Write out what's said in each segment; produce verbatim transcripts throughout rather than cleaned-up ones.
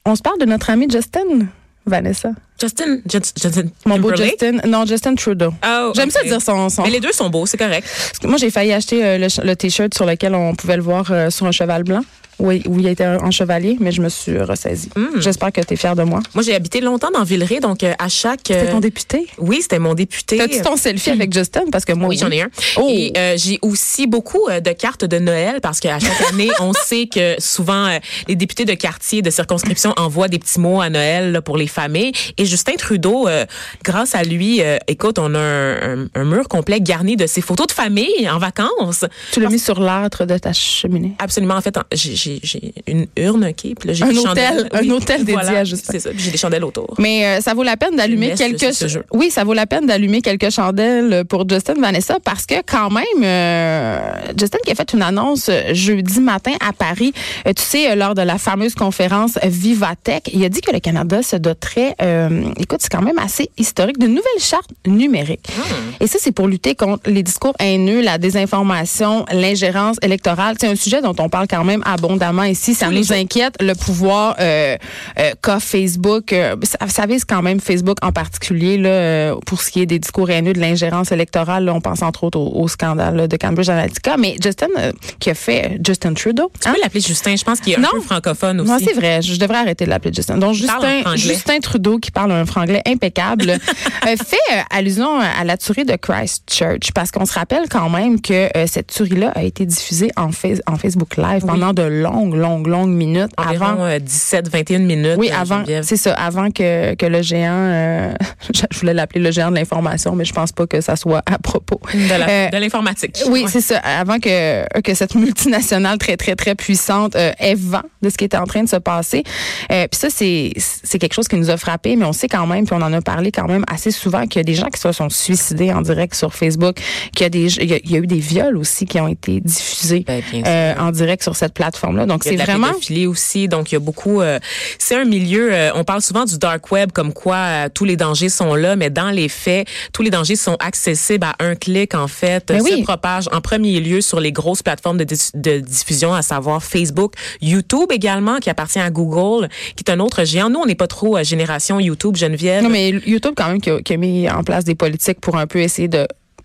On se parle de notre ami Justin, Vanessa. Justin, Just, Justin Mon beau Timberlake? Justin. Non, Justin Trudeau. Oh, J'aime okay. ça dire son, son. Mais les deux sont beaux, c'est correct. Moi, j'ai failli acheter euh, le, le T-shirt sur lequel on pouvait le voir euh, sur un cheval blanc. Oui, où il était en chevalier, mais je me suis ressaisie. Mm. J'espère que tu es fière de moi. Moi, j'ai habité longtemps dans Villeray, donc euh, à chaque... Euh... C'était ton député? Oui, c'était mon député. T'as-tu ton selfie avec Justin? Parce que moi, oui, oui. j'en ai un. Oh. Et euh, j'ai aussi beaucoup euh, de cartes de Noël, parce qu'à chaque année, on sait que souvent, euh, les députés de quartier, de circonscription envoient des petits mots à Noël là, pour les familles. Et Justin Trudeau, euh, grâce à lui, euh, écoute, on a un, un, un mur complet garni de ses photos de famille en vacances. Tu l'as parce... mis sur l'âtre de ta cheminée? Absolument. En fait, j'ai, j'ai, j'ai une urne, OK. Puis là, j'ai un des hôtel, chandelles. un oui, hôtel dédié voilà, à Justin. C'est ça. Puis j'ai des chandelles autour. Mais euh, ça vaut la peine d'allumer quelques. Ch- oui, ça vaut la peine d'allumer quelques chandelles pour Justin, Vanessa, parce que quand même, euh, Justin qui a fait une annonce jeudi matin à Paris, euh, tu sais, lors de la fameuse conférence Vivatech, il a dit que le Canada se doterait, euh, écoute, c'est quand même assez historique, d'une nouvelle charte numérique. Mmh. Et ça, c'est pour lutter contre les discours haineux, la désinformation, l'ingérence électorale. C'est un sujet dont on parle quand même abondamment ici. Ça nous inquiète, le pouvoir euh, euh, qu'a Facebook. Euh, ça, ça vise quand même Facebook en particulier là, euh, pour ce qui est des discours haineux, de l'ingérence électorale. Là, on pense entre autres au, au scandale là, de Cambridge Analytica. Mais Justin, euh, qui a fait Justin Trudeau. Tu hein? peux l'appeler Justin. Je pense qu'il est un non. peu francophone aussi. Non, c'est vrai. Je devrais arrêter de l'appeler Justin. Donc, Justin, Justin Trudeau, qui parle un franglais impeccable, euh, fait euh, allusion à la tuerie de Christchurch. Parce qu'on se rappelle quand même que euh, cette tuerie-là a été diffusée en, face, en Facebook Live oui. pendant de longues, longues, longues minutes. Environ avant euh, dix-sept, vingt et une minutes. Oui, avant, c'est ça, avant que, que le géant, euh, je voulais l'appeler le géant de l'information, mais je pense pas que ça soit à propos. De, la, euh, de l'informatique. Oui, ouais. c'est ça, avant que, que cette multinationale très, très, très puissante euh, ait vent de ce qui était en train de se passer. Euh, puis ça, c'est, c'est quelque chose qui nous a frappé, mais on sait quand même, puis on en a parlé quand même assez souvent, qu'il y a des gens qui se sont suicidés en direct sur Facebook, qu'il y a, des, il y a, il y a eu des viols aussi qui ont été diffusés ben, euh, en direct sur cette plateforme-là. Donc, c'est vraiment... aussi, donc il y a beaucoup... Euh, c'est un milieu... Euh, on parle souvent du dark web, comme quoi euh, tous les dangers sont là, mais dans les faits, tous les dangers sont accessibles à un clic, en fait. Ben oui. Se propagent en premier lieu sur les grosses plateformes de, dis- de diffusion, à savoir Facebook, YouTube également, qui appartient à Google, qui est un autre géant. Nous, on n'est pas trop euh, génération YouTube, Geneviève. Non, mais YouTube, quand même, qui a, qui a mis en place des politiques pour un peu essayer de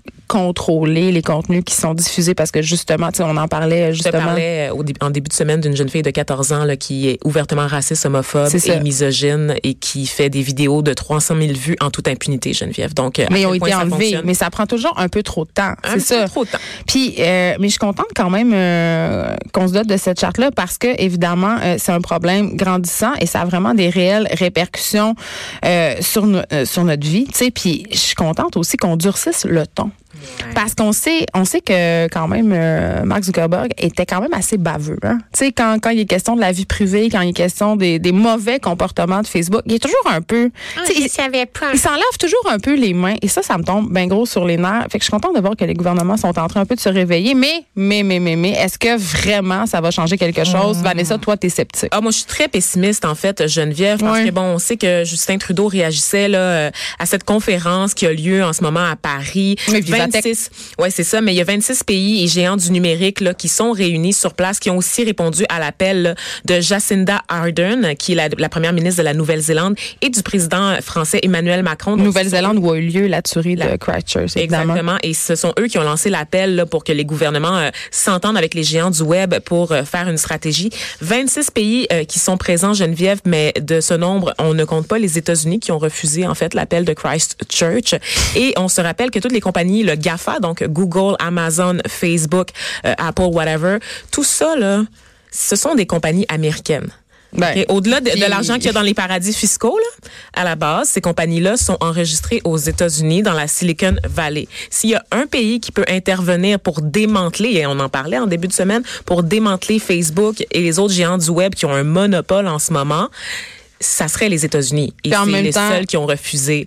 contrôler les contenus qui sont diffusés parce que justement, tu sais, on en parlait justement. Je parlais au dé- en début de semaine d'une jeune fille de quatorze ans là, qui est ouvertement raciste, homophobe et misogyne et qui fait des vidéos de trois cent mille vues en toute impunité, Geneviève. Donc, mais ils ont été enlevés, mais ça prend toujours un peu trop de temps. Un c'est ça. peu trop de temps. Puis, euh, mais je suis contente quand même euh, qu'on se dote de cette charte-là parce que évidemment, euh, c'est un problème grandissant et ça a vraiment des réelles répercussions euh, sur no- euh, sur notre vie. Tu sais, puis je suis contente aussi qu'on durcisse le ton. Ouais. Parce qu'on sait, on sait que quand même euh, Mark Zuckerberg était quand même assez baveux. Hein? Tu sais, quand quand il est question de la vie privée, quand il est question des, des mauvais comportements de Facebook, il est toujours un peu. Oh, je il, savais pas. Il s'enlève toujours un peu les mains et ça, ça me tombe bien gros sur les nerfs. Fait que je suis contente de voir que les gouvernements sont en train un peu de se réveiller. Mais mais mais mais mais, est-ce que vraiment ça va changer quelque chose, mmh. Vanessa? Toi, t'es sceptique. Ah, moi, je suis très pessimiste en fait, Geneviève, parce ouais. que bon, on sait que Justin Trudeau réagissait là à cette conférence qui a lieu en ce moment à Paris. Oui, vingt-six, ouais, c'est ça, mais il y a vingt-six pays et géants du numérique là qui sont réunis sur place, qui ont aussi répondu à l'appel là, de Jacinda Ardern, qui est la, la première ministre de la Nouvelle-Zélande, et du président français Emmanuel Macron. Nouvelle-Zélande où a eu lieu la tuerie la... de Christchurch, évidemment. Exactement, et ce sont eux qui ont lancé l'appel là, pour que les gouvernements euh, s'entendent avec les géants du web pour euh, faire une stratégie. vingt-six pays euh, qui sont présents, Geneviève, mais de ce nombre, on ne compte pas les États-Unis qui ont refusé en fait l'appel de Christchurch. Et on se rappelle que toutes les compagnies, le GAFA, donc Google, Amazon, Facebook, euh, Apple, whatever, tout ça, là, ce sont des compagnies américaines. Ben, okay? Au-delà de, de l'argent qu'il y a dans les paradis fiscaux, là, à la base, ces compagnies-là sont enregistrées aux États-Unis, dans la Silicon Valley. S'il y a un pays qui peut intervenir pour démanteler, et on en parlait en début de semaine, pour démanteler Facebook et les autres géants du web qui ont un monopole en ce moment, ça serait les États-Unis. Et c'est les temps, seuls qui ont refusé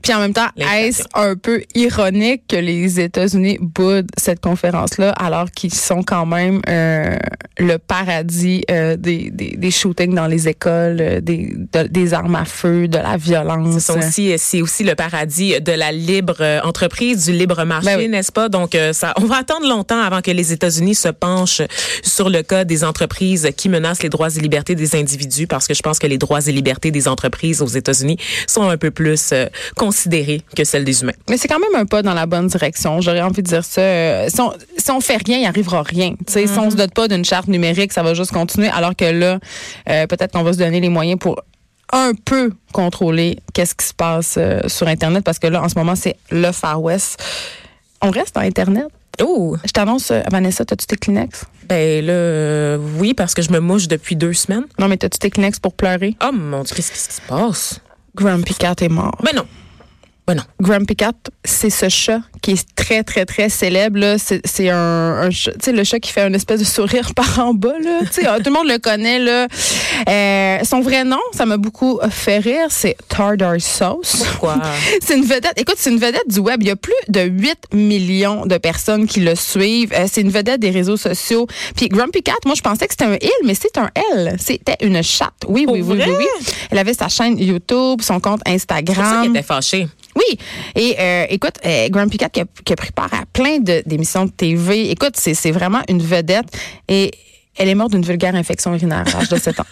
Puis en même temps, est-ce un peu ironique que les États-Unis boudent cette conférence-là alors qu'ils sont quand même euh, le paradis euh, des, des, des shootings dans les écoles, euh, des, de, des armes à feu, de la violence. C'est aussi, c'est aussi le paradis de la libre entreprise, du libre marché, ben oui. n'est-ce pas? Donc, euh, ça, on va attendre longtemps avant que les États-Unis se penchent sur le cas des entreprises qui menacent les droits et libertés des individus, parce que je pense que les droits et libertés des entreprises aux États-Unis sont un peu plus euh, considérés que celles des humains. Mais c'est quand même un pas dans la bonne direction. J'aurais envie de dire ça. Euh, si, on, si on fait rien, il arrivera rien. T'sais, mm-hmm. Si on se dote pas d'une charte numérique, ça va juste continuer, alors que là, euh, peut-être qu'on va se donner les moyens pour un peu contrôler qu'est-ce qui se passe euh, sur Internet, parce que là, en ce moment, c'est le Far West. On reste dans Internet. Oh! Je t'annonce, euh, Vanessa, t'as-tu tes Kleenex? Ben là, euh, oui, parce que je me mouche depuis deux semaines. Non, mais t'as-tu tes Kleenex pour pleurer? Oh mon Dieu, qu'est-ce qui se passe? Grumpy Cat est mort. Ben non. Ben non. Grumpy Cat, c'est ce chat qui est très, très, très célèbre. Là. C'est, c'est un, un chat, tu sais, le chat qui fait une espèce de sourire par en bas. Là. Tu sais, tout le monde le connaît. Là. Euh, son vrai nom, ça m'a beaucoup fait rire, c'est Tartar Sauce. Pourquoi? C'est une vedette. Écoute, c'est une vedette du web. Il y a plus de huit millions de personnes qui le suivent. Euh, c'est une vedette des réseaux sociaux. Puis Grumpy Cat, moi, je pensais que c'était un il, mais c'est un elle. C'était une chatte. Oui, oui, oui, oui, oui. Elle avait sa chaîne YouTube, son compte Instagram. C'est pour ça qu'elle était fâchée. Oui. Et euh, écoute, euh, Grumpy Cat qui a, qui a pris part à plein de, d'émissions de T V. Écoute, c'est, c'est vraiment une vedette. Et elle est morte d'une vulgaire infection urinaire à l'âge de sept ans.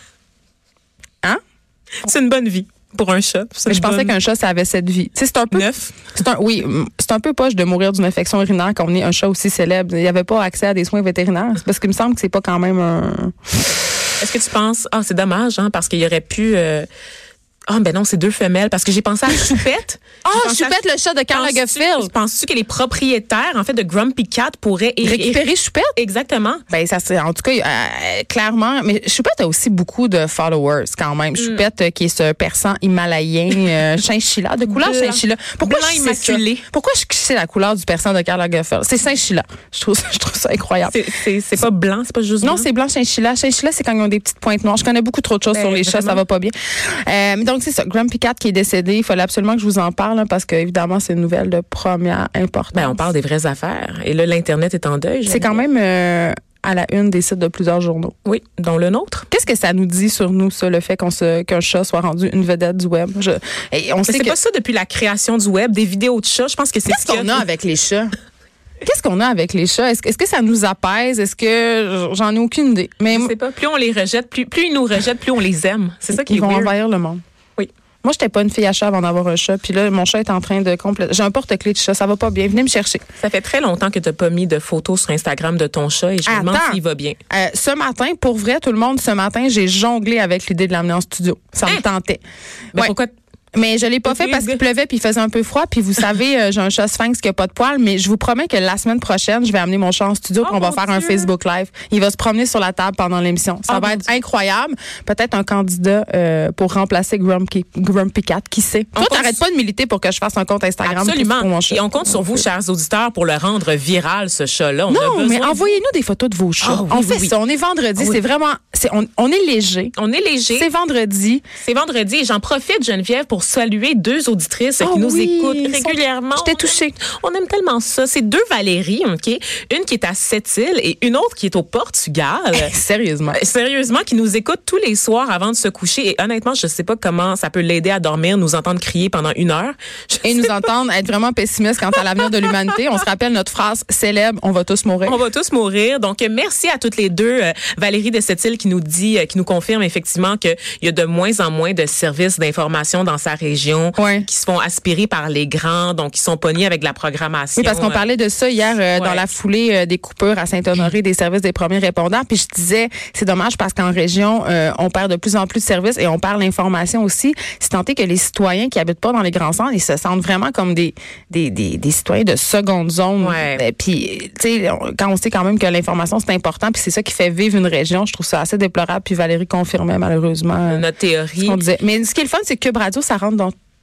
Hein? C'est une bonne vie pour un chat. Mais je bonne... pensais qu'un chat, ça avait cette vie. Tu sais, c'est un peu... Neuf? C'est un, oui, c'est un peu poche de mourir d'une infection urinaire quand on est un chat aussi célèbre. Il n'y avait pas accès à des soins vétérinaires. C'est parce qu'il me semble que c'est pas quand même un... Est-ce que tu penses... Ah, c'est dommage, hein, parce qu'il y aurait pu... Euh... Ah, ben non, c'est deux femelles, parce que j'ai pensé à Choupette. Ah, oh, Choupette, à... le chat de Karl Lagerfeld. Penses-tu que les propriétaires, en fait, de Grumpy Cat pourraient... récupérer Choupette? Exactement. Ben, ça c'est, en tout cas, euh, clairement, mais Choupette a aussi beaucoup de followers, quand même. Mm. Choupette, euh, qui est ce persan himalayen, euh, chinchilla, de couleur Blanc. Chinchilla. Pourquoi Blanc je immaculé. Ça? Pourquoi je sais la couleur du persan de Karl Lagerfeld? C'est chinchilla. Je trouve ça, je trouve ça incroyable. C'est, c'est, c'est pas blanc, c'est pas juste blanc? Non, c'est blanc chinchilla. Chinchilla, c'est quand ils ont des petites pointes noires. Je connais beaucoup trop de choses ben, sur les vraiment. Chats, ça va pas bien. Euh, donc, c'est ça. Grumpy Cat qui est décédé. Il fallait absolument que je vous en parle, hein, parce que, évidemment, c'est une nouvelle de première importance. Ben, on parle des vraies affaires. Et là, l'Internet est en deuil. C'est quand même euh, à la une des sites de plusieurs journaux. Oui, dont le nôtre. Qu'est-ce que ça nous dit sur nous, ça, le fait qu'on se, qu'un chat soit rendu une vedette du web? Je, et on Mais sait c'est que... pas ça depuis la création du web, des vidéos de chats. Je pense que c'est Qu'est-ce ce qu'on a avec les chats? Qu'est-ce qu'on a avec les chats? Est-ce, est-ce que ça nous apaise? Est-ce que... J'en ai aucune idée. Mais je sais pas. Plus on les rejette, plus, plus ils nous rejettent, plus on les aime. C'est ça qui ils est vont weird. envahir le monde. Oui. Moi, j'étais pas une fille à chat avant d'avoir un chat. Puis là, mon chat est en train de complètement... J'ai un porte-clés de chat. Ça va pas bien. Venez me chercher. Ça fait très longtemps que t'as pas mis de photos sur Instagram de ton chat et je me demande s'il va bien. Euh, ce matin, pour vrai, tout le monde, ce matin, j'ai jonglé avec l'idée de l'amener en studio. Ça hein? me tentait. Ben ouais. Pourquoi... Mais je l'ai pas fait parce qu'il pleuvait puis il faisait un peu froid. Puis vous savez, euh, j'ai un chat sphinx qui a pas de poils, mais je vous promets que la semaine prochaine, je vais amener mon chat en studio oh et on va faire Dieu. un Facebook Live. Il va se promener sur la table pendant l'émission. Ça oh va être Dieu. Incroyable. Peut-être un candidat euh, pour remplacer Grumpy, Grumpy Cat, qui sait. On Toi, t'arrêtes sur... pas de militer pour que je fasse un compte Instagram. Absolument. Pour mon chat. Et on compte sur vous, chers auditeurs, pour le rendre viral, ce chat-là. On non, a mais envoyez-nous des photos de vos chats. Oh, oui, on oui, fait oui. ça. On est vendredi. Oh, oui. C'est vraiment... C'est, on, on est léger. On est léger. C'est vendredi. C'est vendredi. Et j'en profite, Geneviève, pour saluer deux auditrices oh, qui nous oui, écoutent régulièrement. J'étais touchée. On aime tellement ça. C'est deux Valérie, OK? Une qui est à Sept-Îles et une autre qui est au Portugal. Hey, sérieusement. Euh, sérieusement, qui nous écoute tous les soirs avant de se coucher. Et honnêtement, je sais pas comment ça peut l'aider à dormir, nous entendre crier pendant une heure. Je et nous entendre être vraiment pessimistes quant à l'avenir de l'humanité. On se rappelle notre phrase célèbre, on va tous mourir. On va tous mourir. Donc, merci à toutes les deux. Euh, Valérie de Sept-Îles qui nous dit, euh, qui nous confirme effectivement qu'il y a de moins en moins de services d'information dans sa région ouais. qui se font aspirer par les grands, donc qui sont pognés avec la programmation. Oui, parce qu'on parlait de ça hier euh, ouais. dans la foulée euh, des coupures à Saint-Honoré des services des premiers répondants. Puis je disais, c'est dommage parce qu'en région, euh, on perd de plus en plus de services et on perd l'information aussi. C'est tant est que les citoyens qui habitent pas dans les grands centres, ils se sentent vraiment comme des des des, des citoyens de seconde zone. Ouais. Euh, puis tu sais, quand on sait quand même que l'information c'est important, puis c'est ça qui fait vivre une région, je trouve ça assez déplorable. Puis Valérie confirmait malheureusement notre théorie. Ce qu'on disait. Mais ce qui est le fun, c'est que Cube Radio, ça rentre dans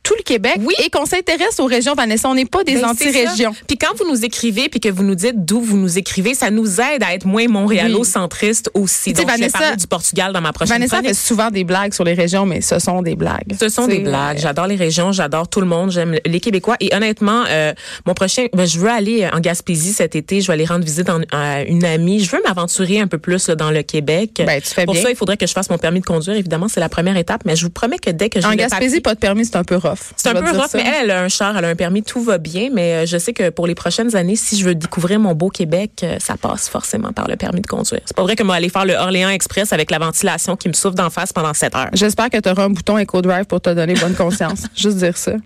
tout le Québec oui. et qu'on s'intéresse aux régions, Vanessa. On n'est pas des ben, anti-régions. Puis quand vous nous écrivez puis que vous nous dites d'où vous nous écrivez, ça nous aide à être moins montréalocentristes oui. aussi. Donc, Vanessa, je vais parler du Portugal dans ma prochaine Vanessa chronique. fait souvent des blagues sur les régions, mais ce sont des blagues. Ce sont des blagues. J'adore les régions, j'adore tout le monde, j'aime les Québécois. Et honnêtement, euh, mon prochain, ben, je veux aller en Gaspésie cet été. Je vais aller rendre visite en, à une amie. Je veux m'aventurer un peu plus là, dans le Québec. Ben, tu fais Pour bien. ça, il faudrait que je fasse mon permis de conduire. Évidemment, c'est la première étape, mais je vous promets que dès que j'ai en le Gaspésie, papier, pas de permis, c'est un peu rough. C'est un peu rough, mais elle, elle a un char, elle a un permis, tout va bien. Mais je sais que pour les prochaines années, si je veux découvrir mon beau Québec, ça passe forcément par le permis de conduire. C'est pas vrai que moi aller faire le Orléans Express avec la ventilation qui me souffle d'en face pendant sept heures. J'espère que tu auras un bouton EcoDrive pour te donner bonne conscience. Juste dire ça.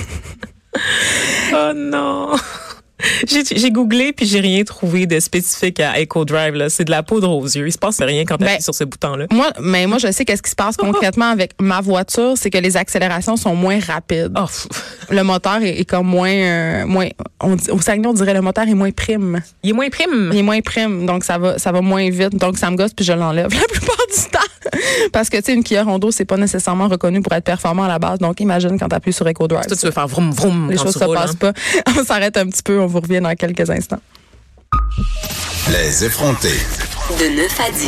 Oh non. J'ai, j'ai googlé puis j'ai rien trouvé de spécifique à EcoDrive là. C'est de la poudre aux yeux. Il se passe rien quand tu appuies ben, sur ce bouton-là. Moi, mais moi, je sais qu'est-ce qui se passe concrètement avec ma voiture, c'est que les accélérations sont moins rapides. Oh. Le moteur est, est comme moins, euh, moins. On, au Saguenay, on dirait le moteur est moins prime. Il est moins prime. Il est moins prime, donc ça va, ça va moins vite. Donc ça me gosse puis je l'enlève la plupart du temps. Parce que tu sais, une Kia Rondo, c'est pas nécessairement reconnu pour être performant à la base. Donc imagine quand tu appuies sur EcoDrive. Toi, tu veux faire vroom vroom. Les choses se passent hein? pas. On s'arrête un petit peu. On vous revient dans quelques instants. Les effrontés. De neuf à dix.